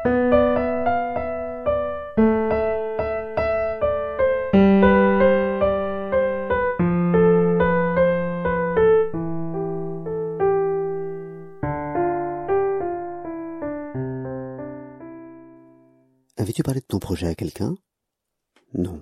Avais-tu parlé de ton projet à quelqu'un? Non.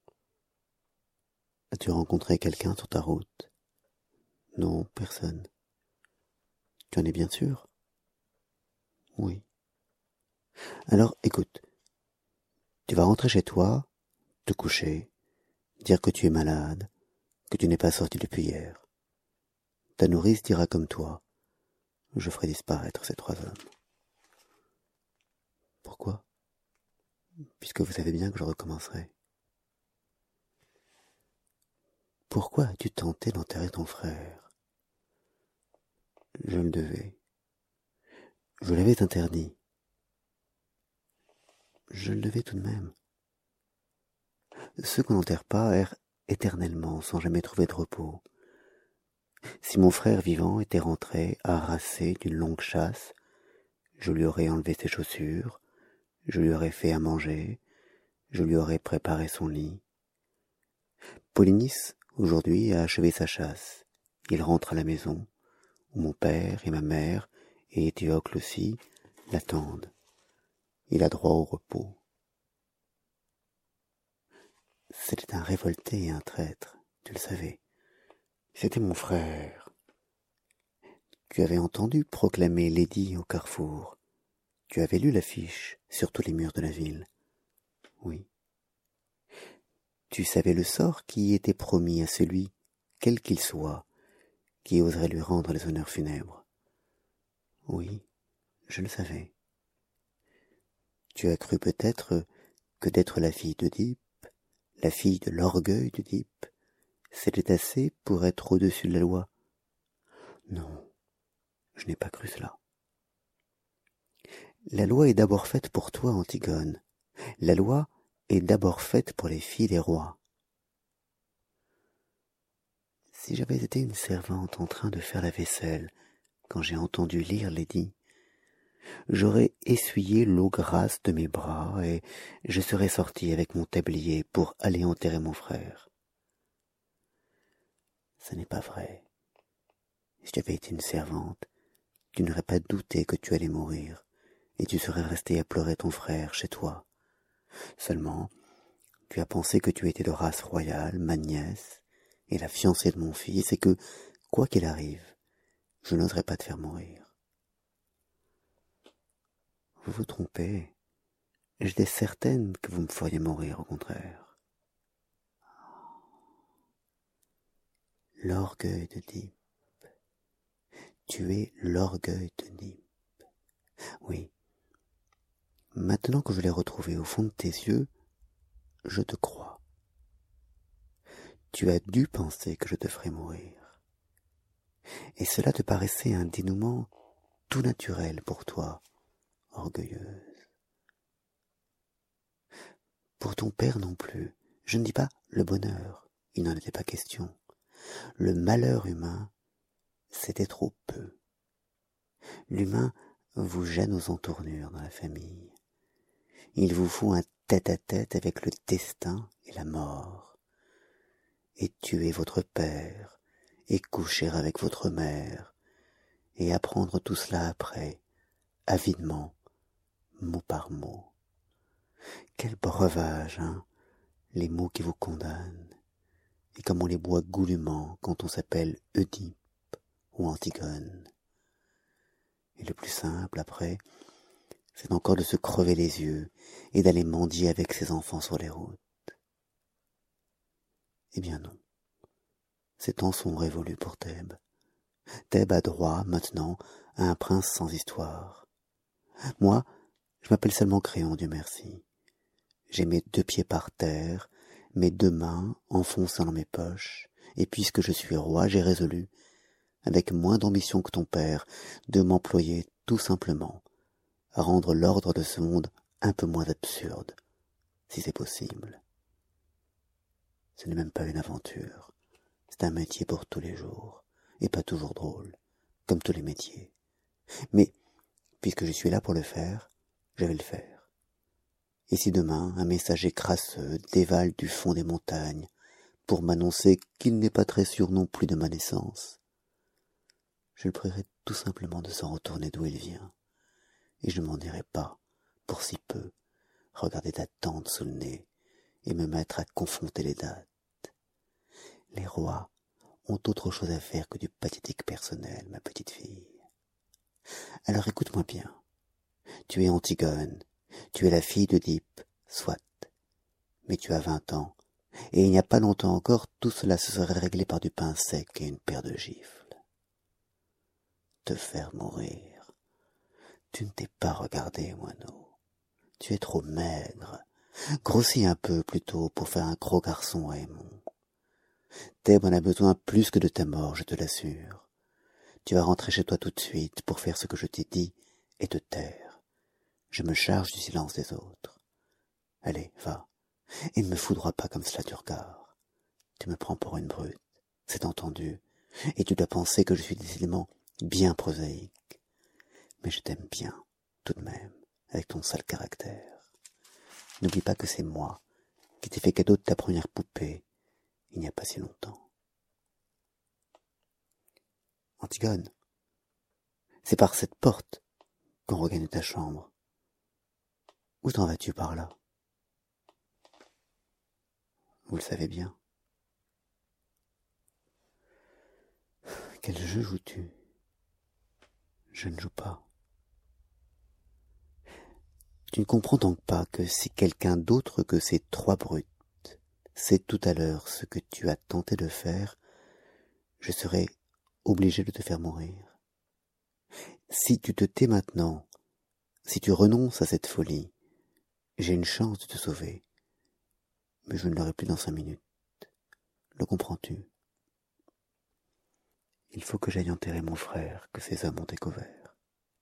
As-tu rencontré quelqu'un sur ta route? Non, personne. Tu en es bien sûr? Oui. Alors, écoute. Tu vas rentrer chez toi, te coucher, dire que tu es malade, que tu n'es pas sorti depuis hier. Ta nourrice dira comme toi. Je ferai disparaître ces 3 hommes. Pourquoi? Puisque vous savez bien que je recommencerai. Pourquoi as-tu tenté d'enterrer ton frère? Je le devais. Je l'avais interdit. Je le devais tout de même. Ceux qu'on n'enterre pas errent éternellement sans jamais trouver de repos. Si mon frère vivant était rentré harassé d'une longue chasse, je lui aurais enlevé ses chaussures, je lui aurais fait à manger, je lui aurais préparé son lit. Polynice, aujourd'hui, a achevé sa chasse. Il rentre à la maison, où mon père et ma mère, et Éthéocle aussi, l'attendent. Il a droit au repos. C'était un révolté et un traître, tu le savais. C'était mon frère. Tu avais entendu proclamer l'édit au carrefour. Tu avais lu l'affiche sur tous les murs de la ville. Oui. Tu savais le sort qui était promis à celui, quel qu'il soit, qui oserait lui rendre les honneurs funèbres. Oui, je le savais. Tu as cru peut-être que d'être la fille d'Œdipe, la fille de l'orgueil d'Œdipe, c'était assez pour être au-dessus de la loi. Non, je n'ai pas cru cela. La loi est d'abord faite pour toi, Antigone. La loi est d'abord faite pour les filles des rois. Si j'avais été une servante en train de faire la vaisselle, quand j'ai entendu lire l'édit, j'aurais essuyé l'eau grasse de mes bras et je serais sortie avec mon tablier pour aller enterrer mon frère. Ce n'est pas vrai. Si tu avais été une servante, tu n'aurais pas douté que tu allais mourir, et tu serais restée à pleurer ton frère chez toi. Seulement, tu as pensé que tu étais de race royale, ma nièce, et la fiancée de mon fils, et que, quoi qu'il arrive, je n'oserais pas te faire mourir. Vous vous trompez. J'étais certaine que vous me feriez mourir, au contraire. L'orgueil d'Œdipe. Tu es l'orgueil d'Œdipe. Oui. Maintenant que je l'ai retrouvé au fond de tes yeux, je te crois. Tu as dû penser que je te ferais mourir. Et cela te paraissait un dénouement tout naturel pour toi, orgueilleuse. Pour ton père non plus, je ne dis pas le bonheur, il n'en était pas question. Le malheur humain, c'était trop peu. L'humain vous gêne aux entournures dans la famille. Il vous faut un tête-à-tête avec le destin et la mort. Et tuer votre père, et coucher avec votre mère, et apprendre tout cela après, avidement, mot par mot. Quel breuvage, hein, les mots qui vous condamnent, et comme on les boit goulûment quand on s'appelle Œdipe ou Antigone. Et le plus simple, après, c'est encore de se crever les yeux et d'aller mendier avec ses enfants sur les routes. Eh bien non, ces temps sont révolus pour Thèbes. Thèbes a droit, maintenant, à un prince sans histoire. Moi, je m'appelle seulement Créon, Dieu merci. J'ai mes 2 pieds par terre, mes 2 mains enfoncées dans mes poches, et puisque je suis roi, j'ai résolu, avec moins d'ambition que ton père, de m'employer tout simplement à rendre l'ordre de ce monde un peu moins absurde, si c'est possible. Ce n'est même pas une aventure, c'est un métier pour tous les jours, et pas toujours drôle, comme tous les métiers. Mais, puisque je suis là pour le faire, je vais le faire. Et si demain un messager crasseux dévale du fond des montagnes pour m'annoncer qu'il n'est pas très sûr non plus de ma naissance, je le prierai tout simplement de s'en retourner d'où il vient, et je ne m'en irai pas, pour si peu, regarder ta tante sous le nez et me mettre à confronter les dates. Les rois ont autre chose à faire que du pathétique personnel, ma petite fille. Alors écoute-moi bien. Tu es Antigone, tu es la fille d'Œdipe, soit. Mais tu as 20 ans, et il n'y a pas longtemps encore, tout cela se serait réglé par du pain sec et une paire de gifles. Te faire mourir. Tu ne t'es pas regardé, moineau. Tu es trop maigre. Grossis un peu plutôt pour faire un gros garçon à Aymon. Thèbes en a besoin plus que de ta mort, je te l'assure. Tu vas rentrer chez toi tout de suite pour faire ce que je t'ai dit et te taire. Je me charge du silence des autres. Allez, va, et ne me foudroie pas comme cela du regard. Tu me prends pour une brute, c'est entendu, et tu dois penser que je suis décidément bien prosaïque. Mais je t'aime bien, tout de même, avec ton sale caractère. N'oublie pas que c'est moi qui t'ai fait cadeau de ta première poupée, il n'y a pas si longtemps. Antigone, c'est par cette porte qu'on regagne ta chambre. Où t'en vas-tu par là? Vous le savez bien. Quel jeu joues-tu? Je ne joue pas. Tu ne comprends donc pas que si quelqu'un d'autre que ces trois brutes sait tout à l'heure ce que tu as tenté de faire, je serai obligé de te faire mourir. Si tu te tais maintenant, si tu renonces à cette folie, j'ai une chance de te sauver, mais je ne l'aurai plus dans 5 minutes. Le comprends-tu? Il faut que j'aille enterrer mon frère que ces hommes ont découvert.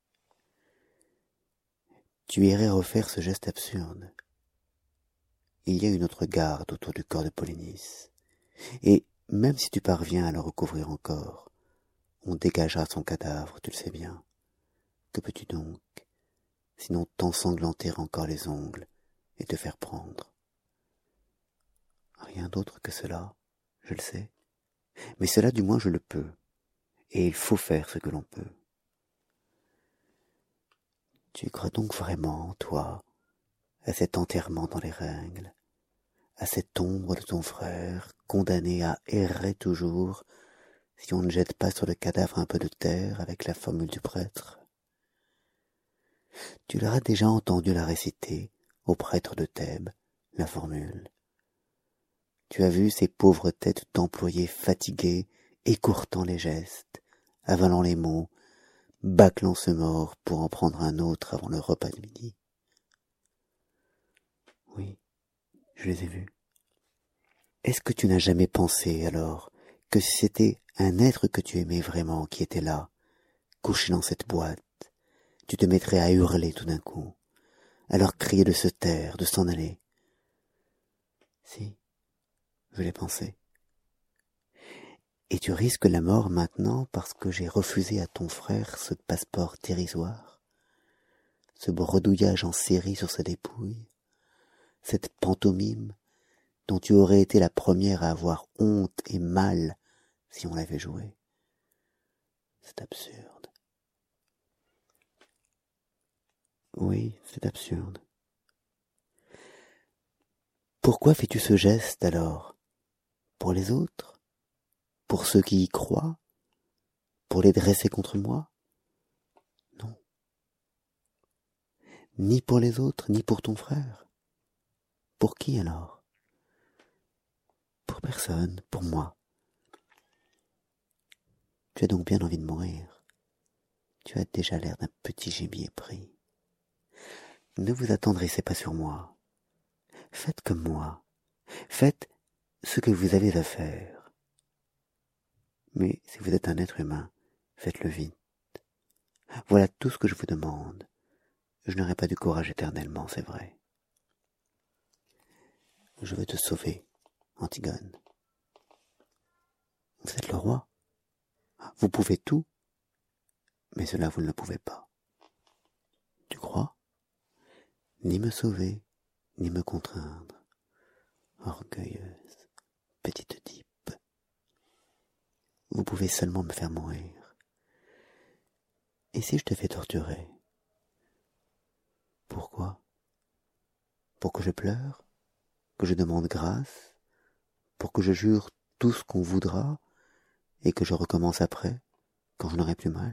Tu irais refaire ce geste absurde. Il y a une autre garde autour du corps de Polynice, et même si tu parviens à le recouvrir encore, on dégagera son cadavre, tu le sais bien. Que peux-tu donc, sinon t'ensanglanter encore les ongles et te faire prendre? Rien d'autre que cela, je le sais, mais cela du moins je le peux, et il faut faire ce que l'on peut. Tu crois donc vraiment, toi, à cet enterrement dans les règles, à cette ombre de ton frère, condamné à errer toujours, si on ne jette pas sur le cadavre un peu de terre avec la formule du prêtre? Tu l'auras déjà entendu la réciter au prêtre de Thèbes, la formule. Tu as vu ces pauvres têtes d'employés fatigués, écourtant les gestes, avalant les mots, bâclant ce mort pour en prendre un autre avant le repas de midi. Oui, je les ai vus. Est-ce que tu n'as jamais pensé, alors, que si c'était un être que tu aimais vraiment qui était là, couché dans cette boîte, tu te mettrais à hurler tout d'un coup, à leur crier de se taire, de s'en aller? Si, je l'ai pensé. Et tu risques la mort maintenant parce que j'ai refusé à ton frère ce passeport dérisoire, ce bredouillage en série sur sa dépouille, cette pantomime dont tu aurais été la première à avoir honte et mal si on l'avait joué. C'est absurde. Oui, c'est absurde. Pourquoi fais-tu ce geste alors? Pour les autres? Pour ceux qui y croient? Pour les dresser contre moi? Non. Ni pour les autres, ni pour ton frère. Pour qui alors? Pour personne, pour moi. Tu as donc bien envie de mourir. Tu as déjà l'air d'un petit gibier pris. Ne vous attendrissez pas sur moi. Faites comme moi. Faites ce que vous avez à faire. Mais si vous êtes un être humain, faites-le vite. Voilà tout ce que je vous demande. Je n'aurai pas du courage éternellement, c'est vrai. Je veux te sauver, Antigone. Vous êtes le roi. Vous pouvez tout, mais cela vous ne le pouvez pas. Tu crois? ni me sauver, ni me contraindre. Orgueilleuse, petite type. Vous pouvez seulement me faire mourir. Et si je te fais torturer? Pourquoi? Pour que je pleure? Que je demande grâce? Pour que je jure tout ce qu'on voudra et que je recommence après, quand je n'aurai plus mal?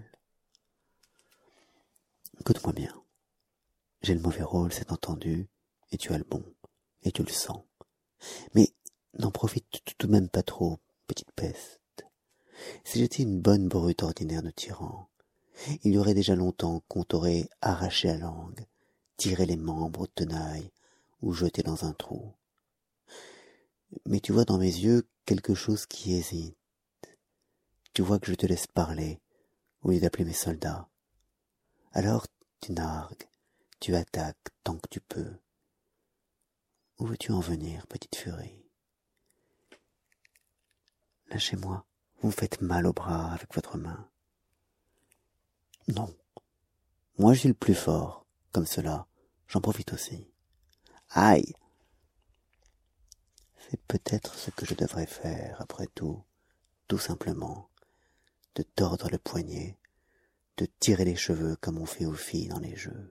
Écoute-moi bien. J'ai le mauvais rôle, c'est entendu, et tu as le bon, et tu le sens. Mais n'en profite tout de même pas trop, petite peste. Si j'étais une bonne brute ordinaire de tyran, il y aurait déjà longtemps qu'on t'aurait arraché la langue, tiré les membres aux tenailles, ou jeté dans un trou. Mais tu vois dans mes yeux quelque chose qui hésite. Tu vois que je te laisse parler, au lieu d'appeler mes soldats. Alors tu nargues, tu attaques tant que tu peux. Où veux-tu en venir, petite furie? Lâchez-moi, vous me faites mal au bras avec votre main. Non, moi je suis le plus fort, comme cela, j'en profite aussi. Aïe! C'est peut-être ce que je devrais faire, après tout simplement, de tordre le poignet, de tirer les cheveux comme on fait aux filles dans les jeux.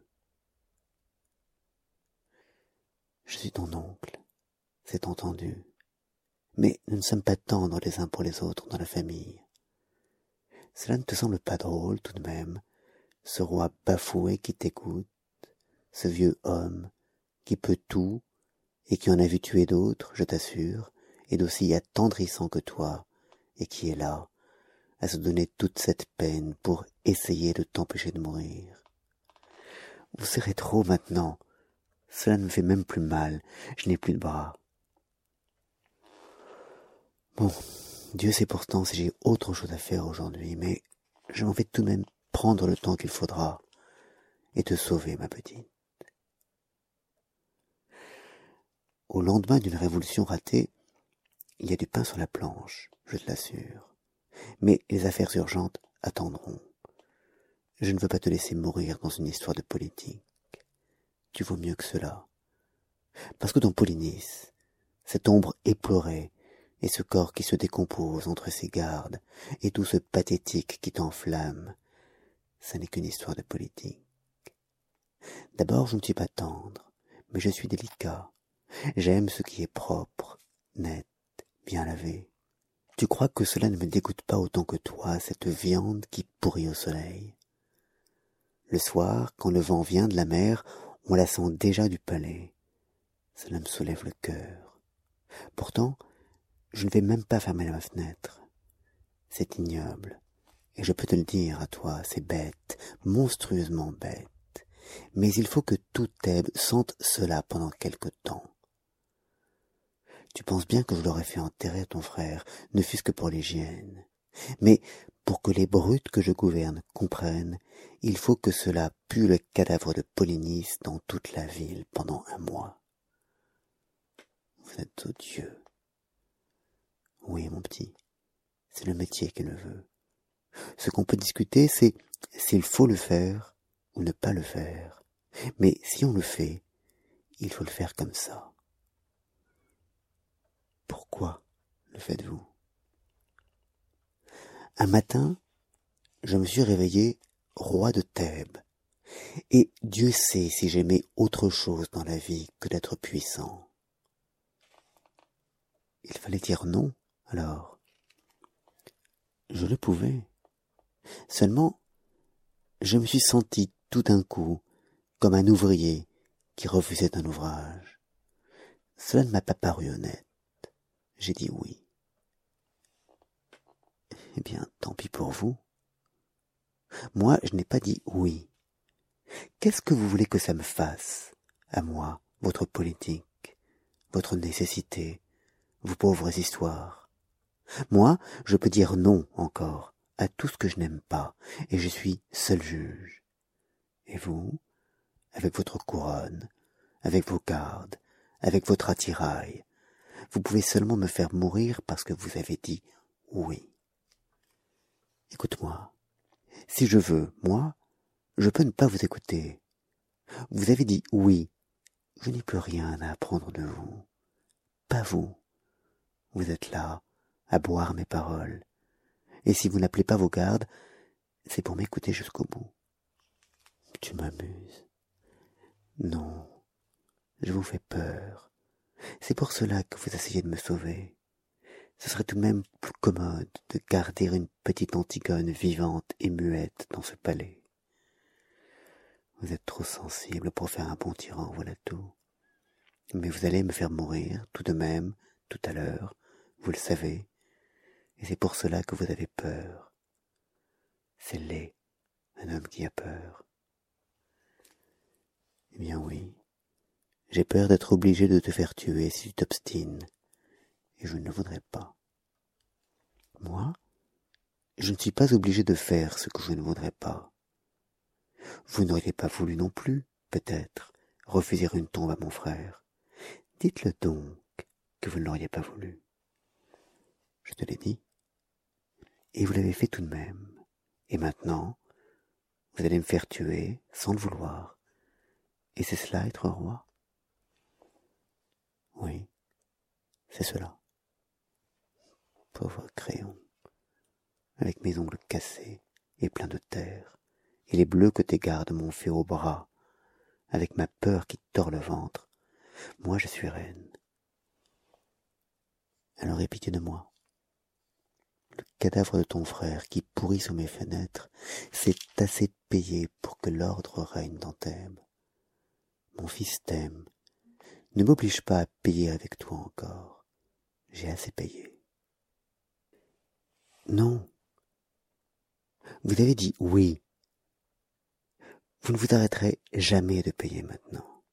Je suis ton oncle, c'est entendu, mais nous ne sommes pas tendres les uns pour les autres dans la famille. Cela ne te semble pas drôle tout de même, ce roi bafoué qui t'écoute, ce vieux homme qui peut tout et qui en a vu tuer d'autres, je t'assure, et d'aussi attendrissant que toi, et qui est là, à se donner toute cette peine pour essayer de t'empêcher de mourir. Vous serrez trop maintenant, cela ne me fait même plus mal, je n'ai plus de bras. Bon, Dieu sait pourtant si j'ai autre chose à faire aujourd'hui, mais je m'en vais tout de même prendre le temps qu'il faudra, et te sauver, ma petite. Au lendemain d'une révolution ratée, il y a du pain sur la planche, je te l'assure. Mais les affaires urgentes attendront. Je ne veux pas te laisser mourir dans une histoire de politique. Tu vaux mieux que cela. Parce que dans Polynice, cette ombre éplorée, et ce corps qui se décompose entre ses gardes, et tout ce pathétique qui t'enflamme, ça n'est qu'une histoire de politique. D'abord, je ne suis pas tendre, mais je suis délicat. J'aime ce qui est propre, net, bien lavé. Tu crois que cela ne me dégoûte pas autant que toi, cette viande qui pourrit au soleil? Le soir, quand le vent vient de la mer, on la sent déjà du palais. Cela me soulève le cœur. Pourtant, je ne vais même pas fermer ma fenêtre. C'est ignoble, et je peux te le dire à toi, c'est bête, monstrueusement bête. Mais il faut que tout Thèbes sente cela pendant quelque temps. Tu penses bien que je l'aurais fait enterrer à ton frère, ne fût-ce que pour l'hygiène. Mais pour que les brutes que je gouverne comprennent, il faut que cela pue le cadavre de Polynice dans toute la ville pendant 1 mois. Vous êtes odieux. Oui, mon petit, c'est le métier qui le veut. Ce qu'on peut discuter, c'est s'il faut le faire ou ne pas le faire. Mais si on le fait, il faut le faire comme ça. Pourquoi le faites-vous? Un matin, je me suis réveillé roi de Thèbes, et Dieu sait si j'aimais autre chose dans la vie que d'être puissant. Il fallait dire non, alors. Je le pouvais. Seulement, je me suis senti tout d'un coup comme un ouvrier qui refusait un ouvrage. Cela ne m'a pas paru honnête. J'ai dit oui. Eh bien, tant pis pour vous. Moi, je n'ai pas dit oui. Qu'est-ce que vous voulez que ça me fasse, à moi, votre politique, votre nécessité, vos pauvres histoires? Moi, je peux dire non encore à tout ce que je n'aime pas, et je suis seul juge. Et vous, avec votre couronne, avec vos gardes, avec votre attirail, vous pouvez seulement me faire mourir parce que vous avez dit oui. Écoute-moi. Si je veux, moi, je peux ne pas vous écouter. Vous avez dit oui, Je n'ai plus rien à apprendre de vous. Pas vous. Vous êtes là, à boire mes paroles. Et si vous n'appelez pas vos gardes, c'est pour m'écouter jusqu'au bout. Tu m'amuses. Non, je vous fais peur. C'est pour cela que vous essayez de me sauver. Ce serait tout de même plus commode de garder une petite Antigone vivante et muette dans ce palais. Vous êtes trop sensible pour faire un bon tyran, voilà tout. Mais vous allez me faire mourir, tout de même, tout à l'heure, vous le savez, et c'est pour cela que vous avez peur. C'est laid, un homme qui a peur. Eh bien oui, j'ai peur d'être obligé de te faire tuer si tu t'obstines, et je ne le voudrais pas. Moi, je ne suis pas obligé de faire ce que je ne voudrais pas. Vous n'auriez pas voulu non plus, peut-être, refuser une tombe à mon frère. Dites-le donc que vous ne l'auriez pas voulu. Je te l'ai dit. Et vous l'avez fait tout de même. Et maintenant, vous allez me faire tuer sans le vouloir. Et c'est cela être roi? Oui, c'est cela. Pauvre crayon, avec mes ongles cassés et pleins de terre, et les bleus que tes gardes m'ont fait au bras, avec ma peur qui tord le ventre, moi je suis reine. Alors aie pitié de moi. Le cadavre de ton frère qui pourrit sous mes fenêtres, c'est assez payé pour que l'ordre règne dans Thèbes. Mon fils t'aime. Ne m'oblige pas à payer avec toi encore. J'ai assez payé. Non. Vous avez dit oui. Vous ne vous arrêterez jamais de payer maintenant.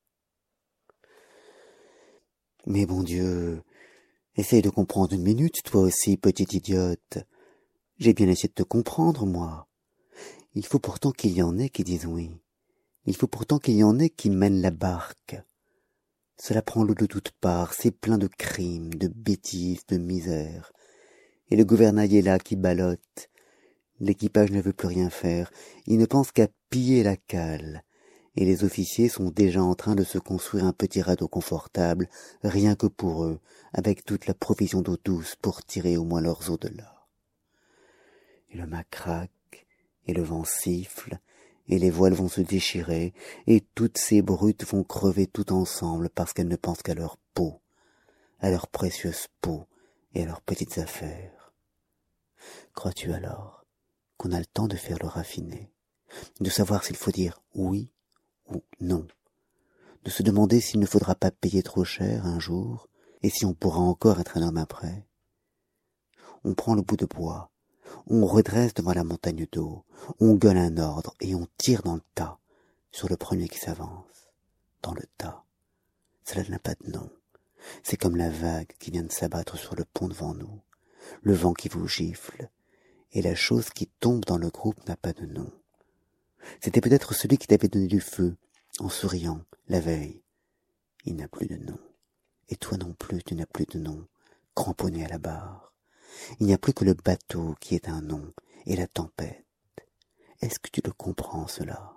Mais bon Dieu, essaye de comprendre une minute, toi aussi, petite idiote. J'ai bien essayé de te comprendre, moi. Il faut pourtant qu'il y en ait qui disent oui. Il faut pourtant qu'il y en ait qui mènent la barque. Cela prend l'eau de toutes parts, c'est plein de crimes, de bêtises, de misère. Et le gouvernail est là qui ballotte. L'équipage ne veut plus rien faire, il ne pense qu'à piller la cale. Et les officiers sont déjà en train de se construire un petit radeau confortable, rien que pour eux, avec toute la provision d'eau douce pour tirer au moins leurs eaux de là. Et le mât craque, et le vent siffle, et les voiles vont se déchirer, et toutes ces brutes vont crever tout ensemble parce qu'elles ne pensent qu'à leur peau, à leur précieuse peau et à leurs petites affaires. Crois-tu alors qu'on a le temps de faire le raffiné, de savoir s'il faut dire oui ou non, de se demander s'il ne faudra pas payer trop cher un jour, et si on pourra encore être un homme après? On prend le bout de bois, on redresse devant la montagne d'eau, on gueule un ordre, et on tire dans le tas, sur le premier qui s'avance. Dans le tas. Cela n'a pas de nom. C'est comme la vague qui vient de s'abattre sur le pont devant nous, le vent qui vous gifle, et la chose qui tombe dans le groupe n'a pas de nom. C'était peut-être celui qui t'avait donné du feu, en souriant, la veille. Il n'a plus de nom. Et toi non plus, tu n'as plus de nom, cramponné à la barre. Il n'y a plus que le bateau qui est un nom, et la tempête. Est-ce que tu le comprends, cela?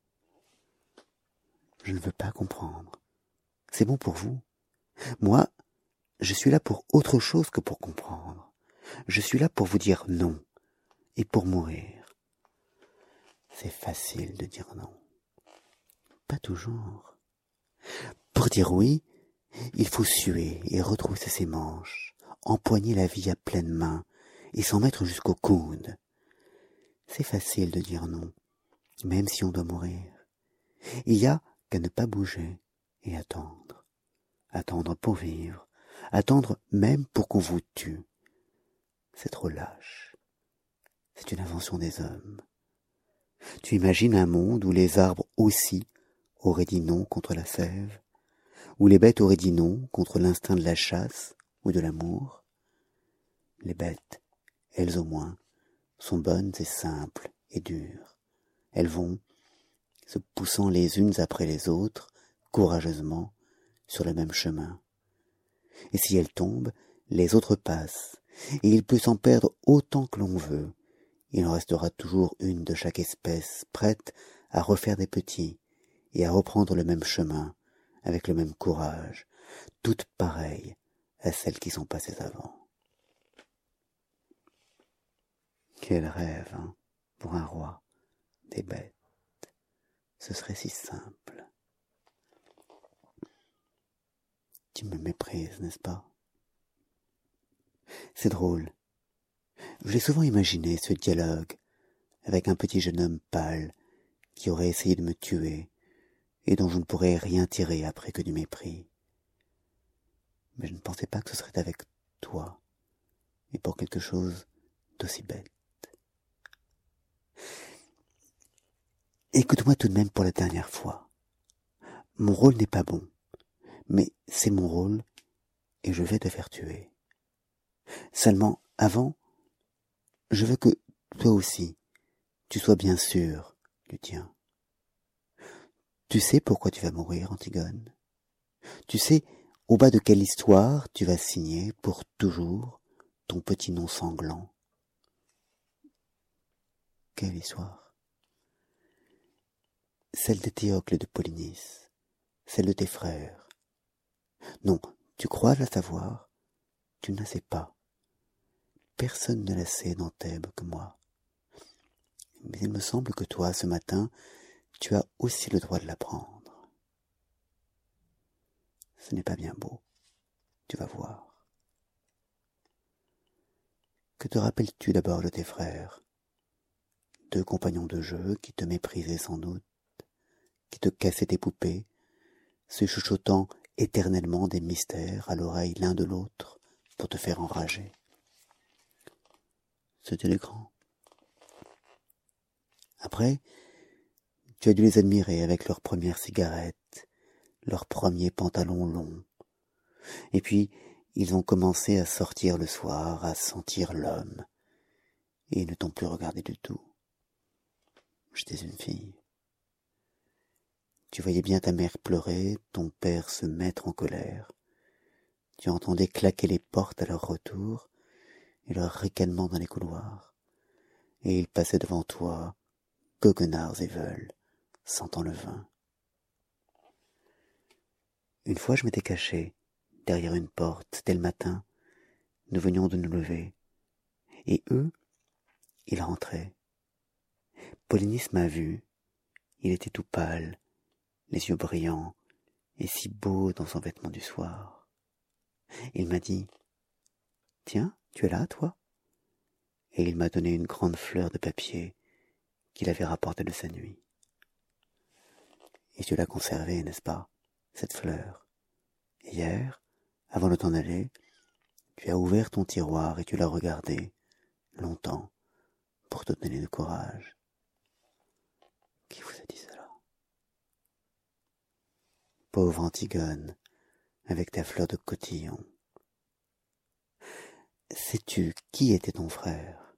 Je ne veux pas comprendre. C'est bon pour vous. Moi, je suis là pour autre chose que pour comprendre. Je suis là pour vous dire non, et pour mourir. C'est facile de dire non. Pas toujours. Pour dire oui, il faut suer et retrousser ses manches, empoigner la vie à pleines mains et s'en mettre jusqu'au coude. C'est facile de dire non, même si on doit mourir. Il y a qu'à ne pas bouger et attendre. Attendre pour vivre, attendre même pour qu'on vous tue. C'est trop lâche. C'est une invention des hommes. Tu imagines un monde où les arbres aussi auraient dit non contre la sève, où les bêtes auraient dit non contre l'instinct de la chasse ou de l'amour? Les bêtes, elles au moins, sont bonnes et simples et dures. Elles vont, se poussant les unes après les autres, courageusement, sur le même chemin. Et si elles tombent, les autres passent, et il peut s'en perdre autant que l'on veut. Il en restera toujours une de chaque espèce, prête à refaire des petits, et à reprendre le même chemin, avec le même courage, toutes pareilles à celles qui sont passées avant. Quel rêve, hein, pour un roi, des bêtes. Ce serait si simple. Tu me méprises, n'est-ce pas? C'est drôle. Je l'ai souvent imaginé, ce dialogue, avec un petit jeune homme pâle, qui aurait essayé de me tuer, et dont je ne pourrais rien tirer après que du mépris. Mais je ne pensais pas que ce serait avec toi, et pour quelque chose d'aussi bête. Écoute-moi tout de même pour la dernière fois. Mon rôle n'est pas bon, mais c'est mon rôle, et je vais te faire tuer. Seulement, avant, je veux que, toi aussi, tu sois bien sûr du tien. Tu sais pourquoi tu vas mourir, Antigone? Tu sais au bas de quelle histoire tu vas signer pour toujours ton petit nom sanglant? Quelle histoire? Celle d'Éthéocle et de Polynice, celle de tes frères. Non, tu crois la savoir, tu ne la sais pas. Personne ne la sait dans Thèbes que moi. Mais il me semble que toi, ce matin, tu as aussi le droit de l'apprendre. Ce n'est pas bien beau, tu vas voir. Que te rappelles-tu d'abord de tes frères? 2 compagnons de jeu qui te méprisaient sans doute, qui te cassaient tes poupées, se chuchotant éternellement des mystères à l'oreille l'un de l'autre pour te faire enrager. C'étaient les grands. Après, tu as dû les admirer avec leurs premières cigarettes, leurs premiers pantalons longs. Et puis, ils ont commencé à sortir le soir, à sentir l'homme, et ils ne t'ont plus regardé du tout. J'étais une fille. Tu voyais bien ta mère pleurer, ton père se mettre en colère. Tu entendais claquer les portes à leur retour, et leur ricanement dans les couloirs. Et ils passaient devant toi, goguenards et veules, sentant le vin. Une fois je m'étais caché derrière une porte, dès le matin, nous venions de nous lever, et eux, ils rentraient. Polynice m'a vu, il était tout pâle, les yeux brillants, et si beau dans son vêtement du soir. Il m'a dit, « Tiens, tu es là, toi ?» Et il m'a donné une grande fleur de papier qu'il avait rapportée de sa nuit. Et tu l'as conservée, n'est-ce pas, cette fleur? Hier, avant de t'en aller, tu as ouvert ton tiroir et tu l'as regardée, longtemps, pour te donner du courage. Qui vous a dit cela? Pauvre Antigone, avec ta fleur de cotillon. Sais-tu qui était ton frère?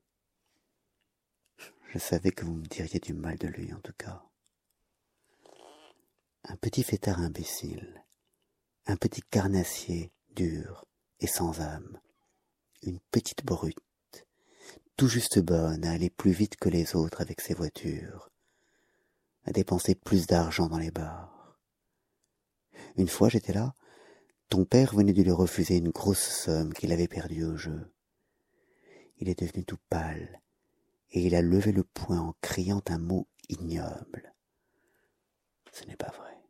Je savais que vous me diriez du mal de lui, en tout cas. Un petit fêtard imbécile, un petit carnassier dur et sans âme, une petite brute, tout juste bonne à aller plus vite que les autres avec ses voitures, à dépenser plus d'argent dans les bars. Une fois j'étais là, ton père venait de lui refuser une grosse somme qu'il avait perdue au jeu. Il est devenu tout pâle, et il a levé le poing en criant un mot ignoble. Ce n'est pas vrai.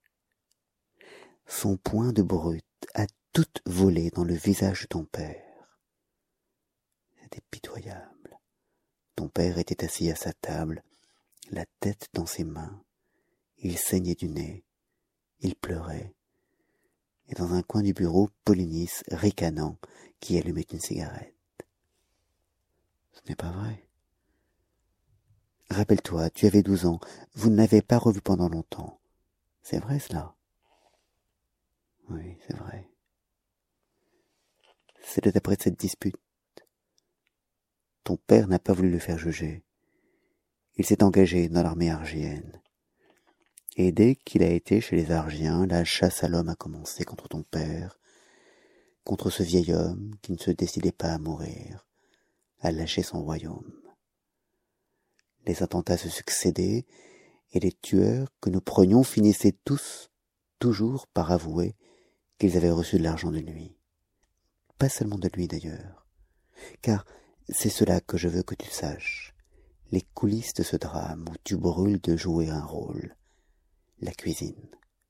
Son poing de brute a tout volé dans le visage de ton père. C'était pitoyable. Ton père était assis à sa table, la tête dans ses mains. Il saignait du nez. Il pleurait. Et dans un coin du bureau, Polynice, ricanant, qui allumait une cigarette. Ce n'est pas vrai. Rappelle-toi, tu avais 12 ans. Vous ne l'avez pas revu pendant longtemps. C'est vrai cela? Oui, c'est vrai. C'était après cette dispute. Ton père n'a pas voulu le faire juger. Il s'est engagé dans l'armée argienne. Et dès qu'il a été chez les Argiens, la chasse à l'homme a commencé contre ton père, contre ce vieil homme qui ne se décidait pas à mourir, à lâcher son royaume. Les attentats se succédaient, et les tueurs que nous prenions finissaient tous toujours par avouer qu'ils avaient reçu de l'argent de lui. Pas seulement de lui d'ailleurs, car c'est cela que je veux que tu saches, les coulisses de ce drame où tu brûles de jouer un rôle, la cuisine.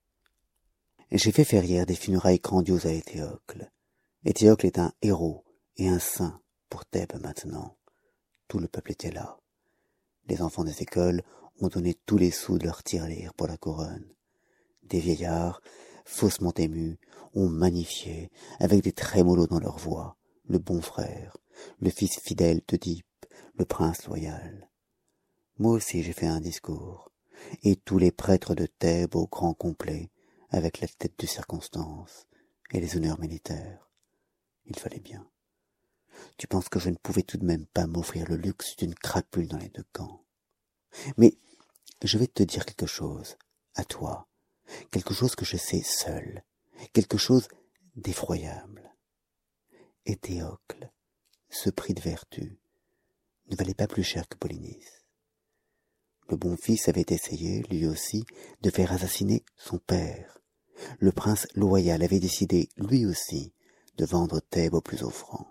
J'ai fait faire hier des funérailles grandioses à Éthéocle. Éthéocle est un héros et un saint pour Thèbes maintenant. Tout le peuple était là. Les enfants des écoles ont donné tous les sous de leur tirelire pour la couronne. Des vieillards, faussement émus, ont magnifié, avec des trémolos dans leur voix, le bon frère, le fils fidèle d'Œdipe, le prince loyal. Moi aussi j'ai fait un discours, et tous les prêtres de Thèbes au grand complet, avec la tête de circonstance et les honneurs militaires. Il fallait bien. Tu penses que je ne pouvais tout de même pas m'offrir le luxe d'une crapule dans les deux camps. Mais je vais te dire quelque chose, à toi, quelque chose que je sais seul, quelque chose d'effroyable. Éthéocle, ce prix de vertu, ne valait pas plus cher que Polynice. Le bon fils avait essayé, lui aussi, de faire assassiner son père. Le prince loyal avait décidé, lui aussi, de vendre Thèbes au plus offrant.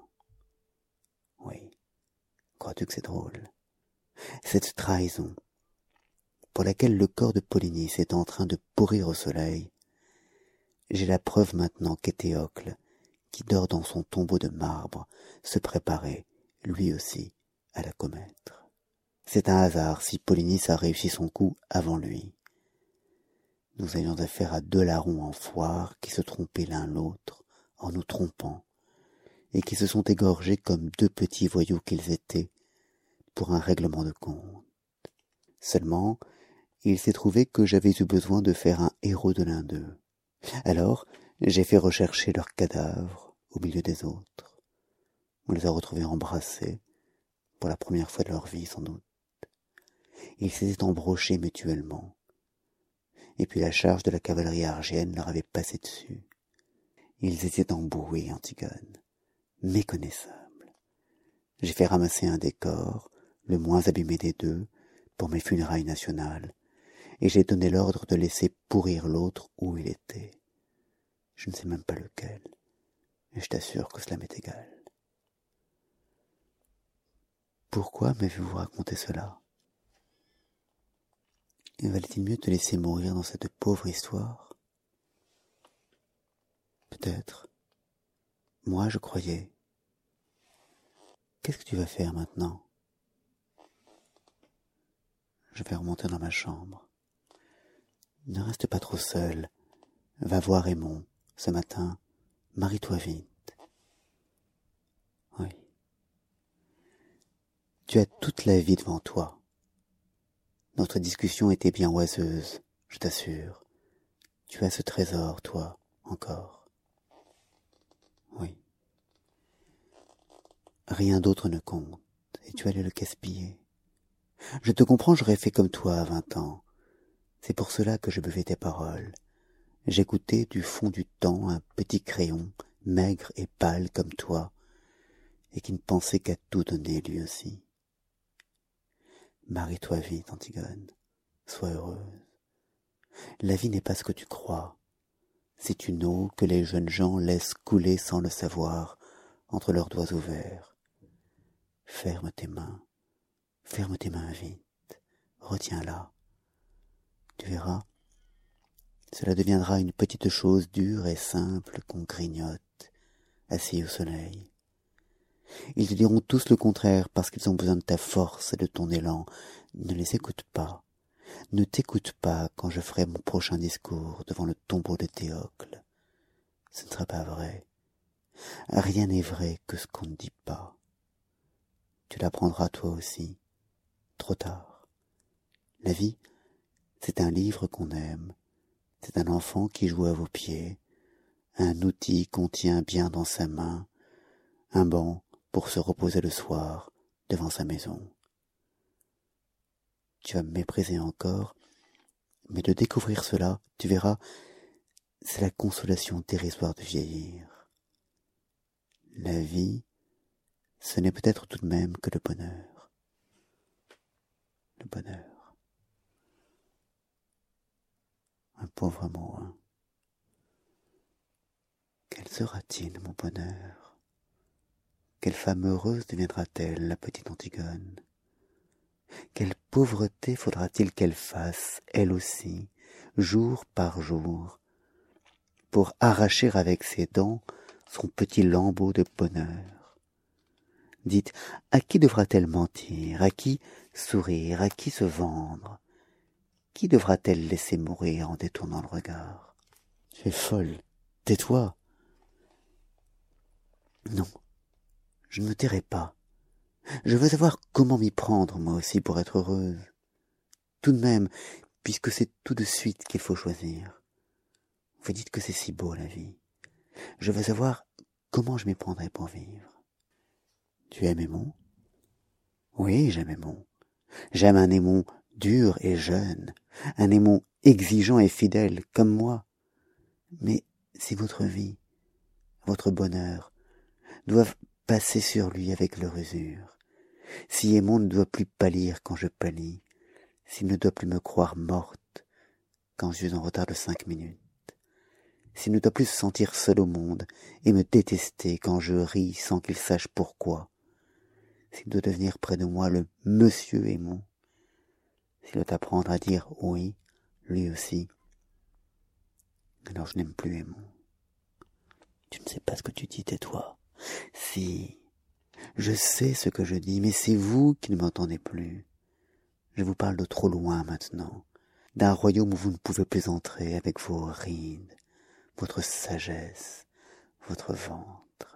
Oui, crois-tu que c'est drôle? Cette trahison, pour laquelle le corps de Polynice est en train de pourrir au soleil, j'ai la preuve maintenant qu'Éthéocle, qui dort dans son tombeau de marbre, se préparait, lui aussi, à la commettre. C'est un hasard si Polynice a réussi son coup avant lui. Nous avions affaire à deux larrons en foire qui se trompaient l'un l'autre en nous trompant, et qui se sont égorgés comme deux petits voyous qu'ils étaient, pour un règlement de compte. Seulement, il s'est trouvé que j'avais eu besoin de faire un héros de l'un d'eux. Alors, j'ai fait rechercher leurs cadavres au milieu des autres. On les a retrouvés embrassés, pour la première fois de leur vie sans doute. Ils s'étaient embrochés mutuellement. Et puis la charge de la cavalerie argienne leur avait passé dessus. Ils étaient emboués, Antigone, méconnaissables. J'ai fait ramasser un des corps, le moins abîmé des deux, pour mes funérailles nationales, et j'ai donné l'ordre de laisser pourrir l'autre où il était. Je ne sais même pas lequel, et je t'assure que cela m'est égal. Pourquoi m'avez-vous raconté cela? Et valait-il mieux te laisser mourir dans cette pauvre histoire? Peut-être. Moi, je croyais. Qu'est-ce que tu vas faire maintenant? Je vais remonter dans ma chambre. Ne reste pas trop seul. Va voir Raymond, ce matin. Marie-toi vite. Oui. Tu as toute la vie devant toi. Notre discussion était bien oiseuse, je t'assure. Tu as ce trésor, toi, encore. Oui. Rien d'autre ne compte, et tu allais le gaspiller. Je te comprends, j'aurais fait comme toi à 20 ans. C'est pour cela que je buvais tes paroles. J'écoutais du fond du temps un petit crayon, maigre et pâle comme toi, et qui ne pensait qu'à tout donner lui aussi. Marie-toi vite, Antigone. Sois heureuse. La vie n'est pas ce que tu crois. C'est une eau que les jeunes gens laissent couler sans le savoir entre leurs doigts ouverts. Ferme tes mains vite. Retiens-la. Tu verras, cela deviendra une petite chose dure et simple qu'on grignote, assis au soleil. Ils te diront tous le contraire parce qu'ils ont besoin de ta force et de ton élan. Ne les écoute pas. Ne t'écoute pas quand je ferai mon prochain discours devant le tombeau de Théocle. Ce ne sera pas vrai. Rien n'est vrai que ce qu'on ne dit pas. Tu l'apprendras toi aussi, trop tard. La vie, c'est un livre qu'on aime, c'est un enfant qui joue à vos pieds, un outil qu'on tient bien dans sa main, un banc pour se reposer le soir devant sa maison. Tu vas me mépriser encore, mais de découvrir cela, tu verras, c'est la consolation dérisoire de vieillir. La vie, ce n'est peut-être tout de même que le bonheur. Le bonheur. Un pauvre mot, hein. sera-t-il, mon bonheur? Quelle femme heureuse deviendra-t-elle, la petite Antigone? Quelle pauvreté faudra-t-il qu'elle fasse, elle aussi, jour par jour, pour arracher avec ses dents son petit lambeau de bonheur? Dites, à qui devra-t-elle mentir, à qui sourire, à qui se vendre? Qui devra-t-elle laisser mourir en détournant le regard? Tu es folle, tais-toi. Non, je ne me tairai pas. Je veux savoir comment m'y prendre, moi aussi, pour être heureuse. Tout de même, puisque c'est tout de suite qu'il faut choisir. Vous dites que c'est si beau, la vie. Je veux savoir comment je m'y prendrai pour vivre. Tu aimes Aymon? Oui, j'aime Aymon. J'aime un Aymon dur et jeune, un Aymon exigeant et fidèle, comme moi. Mais si votre vie, votre bonheur, doivent passer sur lui avec leur usure, si Aymon ne doit plus pâlir quand je pâlis, s'il ne doit plus me croire morte quand je suis en retard de 5 minutes, s'il ne doit plus se sentir seul au monde et me détester quand je ris sans qu'il sache pourquoi, s'il doit devenir près de moi le monsieur Aymon, s'il doit apprendre à dire oui, lui aussi, alors je n'aime plus Aymon. Tu ne sais pas ce que tu dis, tais-toi. Si, je sais ce que je dis, mais c'est vous qui ne m'entendez plus. Je vous parle de trop loin maintenant, d'un royaume où vous ne pouvez plus entrer avec vos rides, votre sagesse, votre ventre.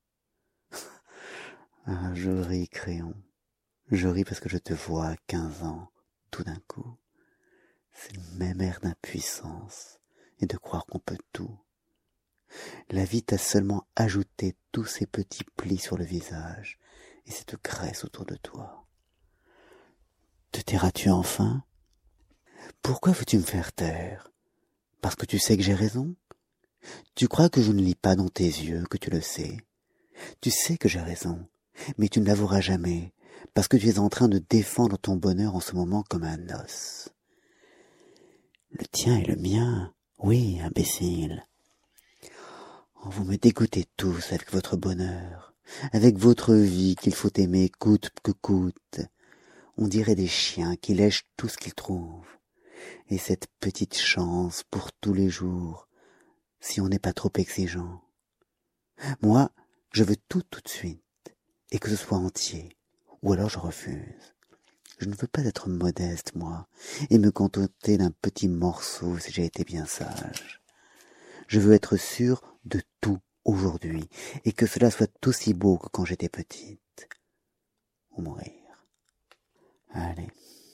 Ah, je ris, Créon. Je ris parce que je te vois à 15 ans, tout d'un coup. C'est le même air d'impuissance et de croire qu'on peut tout. La vie t'a seulement ajouté tous ces petits plis sur le visage et cette graisse autour de toi. Te tairas-tu enfin? Pourquoi veux-tu me faire taire? Parce que tu sais que j'ai raison? Tu crois que je ne lis pas dans tes yeux que tu le sais? Tu sais que j'ai raison, mais tu ne l'avoueras jamais, parce que tu es en train de défendre ton bonheur en ce moment comme un os. Le tien et le mien, oui, imbécile. Oh, vous me dégoûtez tous avec votre bonheur, avec votre vie qu'il faut aimer coûte que coûte. On dirait des chiens qui lèchent tout ce qu'ils trouvent. Et cette petite chance pour tous les jours, si on n'est pas trop exigeant. Moi, je veux tout de suite, et que ce soit entier, ou alors je refuse. Je ne veux pas être modeste, moi, et me contenter d'un petit morceau si j'ai été bien sage. Je veux être sûr de tout aujourd'hui, et que cela soit aussi beau que quand j'étais petite. Ou mourir. Allez,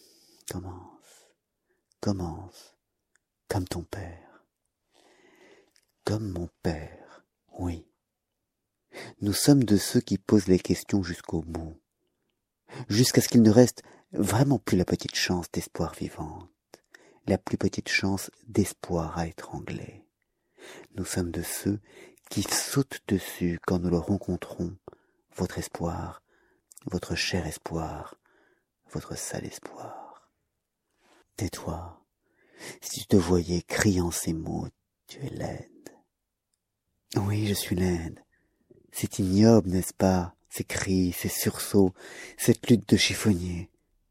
commence, comme ton père. Comme mon père, oui. Nous sommes de ceux qui posent les questions jusqu'au bout, jusqu'à ce qu'il ne reste vraiment plus la petite chance d'espoir vivante, la plus petite chance d'espoir à étrangler. Nous sommes de ceux qui sautent dessus quand nous le rencontrons, votre espoir, votre cher espoir, votre sale espoir. Tais-toi, si tu te voyais criant ces mots, tu es laide. Oui, je suis laide. C'est ignoble, n'est-ce pas, ces cris, ces sursauts, cette lutte de chiffonnier.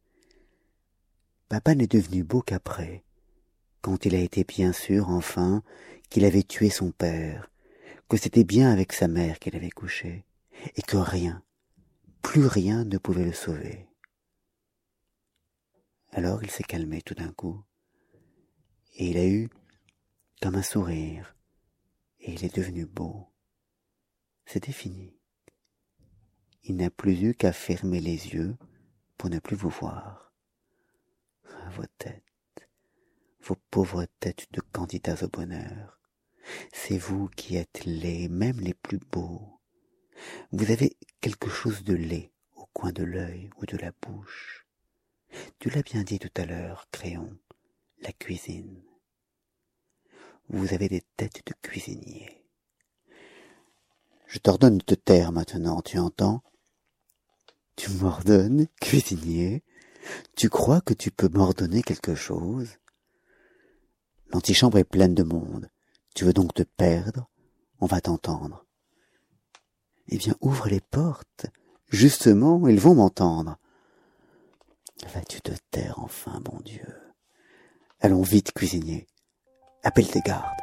Papa n'est devenu beau qu'après, quand il a été bien sûr, enfin, qu'il avait tué son père, que c'était bien avec sa mère qu'il avait couché, et que rien, plus rien ne pouvait le sauver. Alors il s'est calmé tout d'un coup, et il a eu comme un sourire, et il est devenu beau. C'était fini. Il n'a plus eu qu'à fermer les yeux pour ne plus vous voir. Ah, vos têtes, vos pauvres têtes de candidats au bonheur. C'est vous qui êtes laids, même les plus beaux. Vous avez quelque chose de laid au coin de l'œil ou de la bouche. Tu l'as bien dit tout à l'heure, Créon, la cuisine. Vous avez des têtes de cuisinier. Je t'ordonne de te taire maintenant, tu entends? Tu m'ordonnes, cuisinier? Tu crois que tu peux m'ordonner quelque chose? L'antichambre est pleine de monde. Tu veux donc te perdre on va t'entendre. Eh bien, ouvre les portes. Justement, ils vont m'entendre. Vas-tu te taire enfin, bon Dieu? Allons vite, cuisinier. Appelle tes gardes.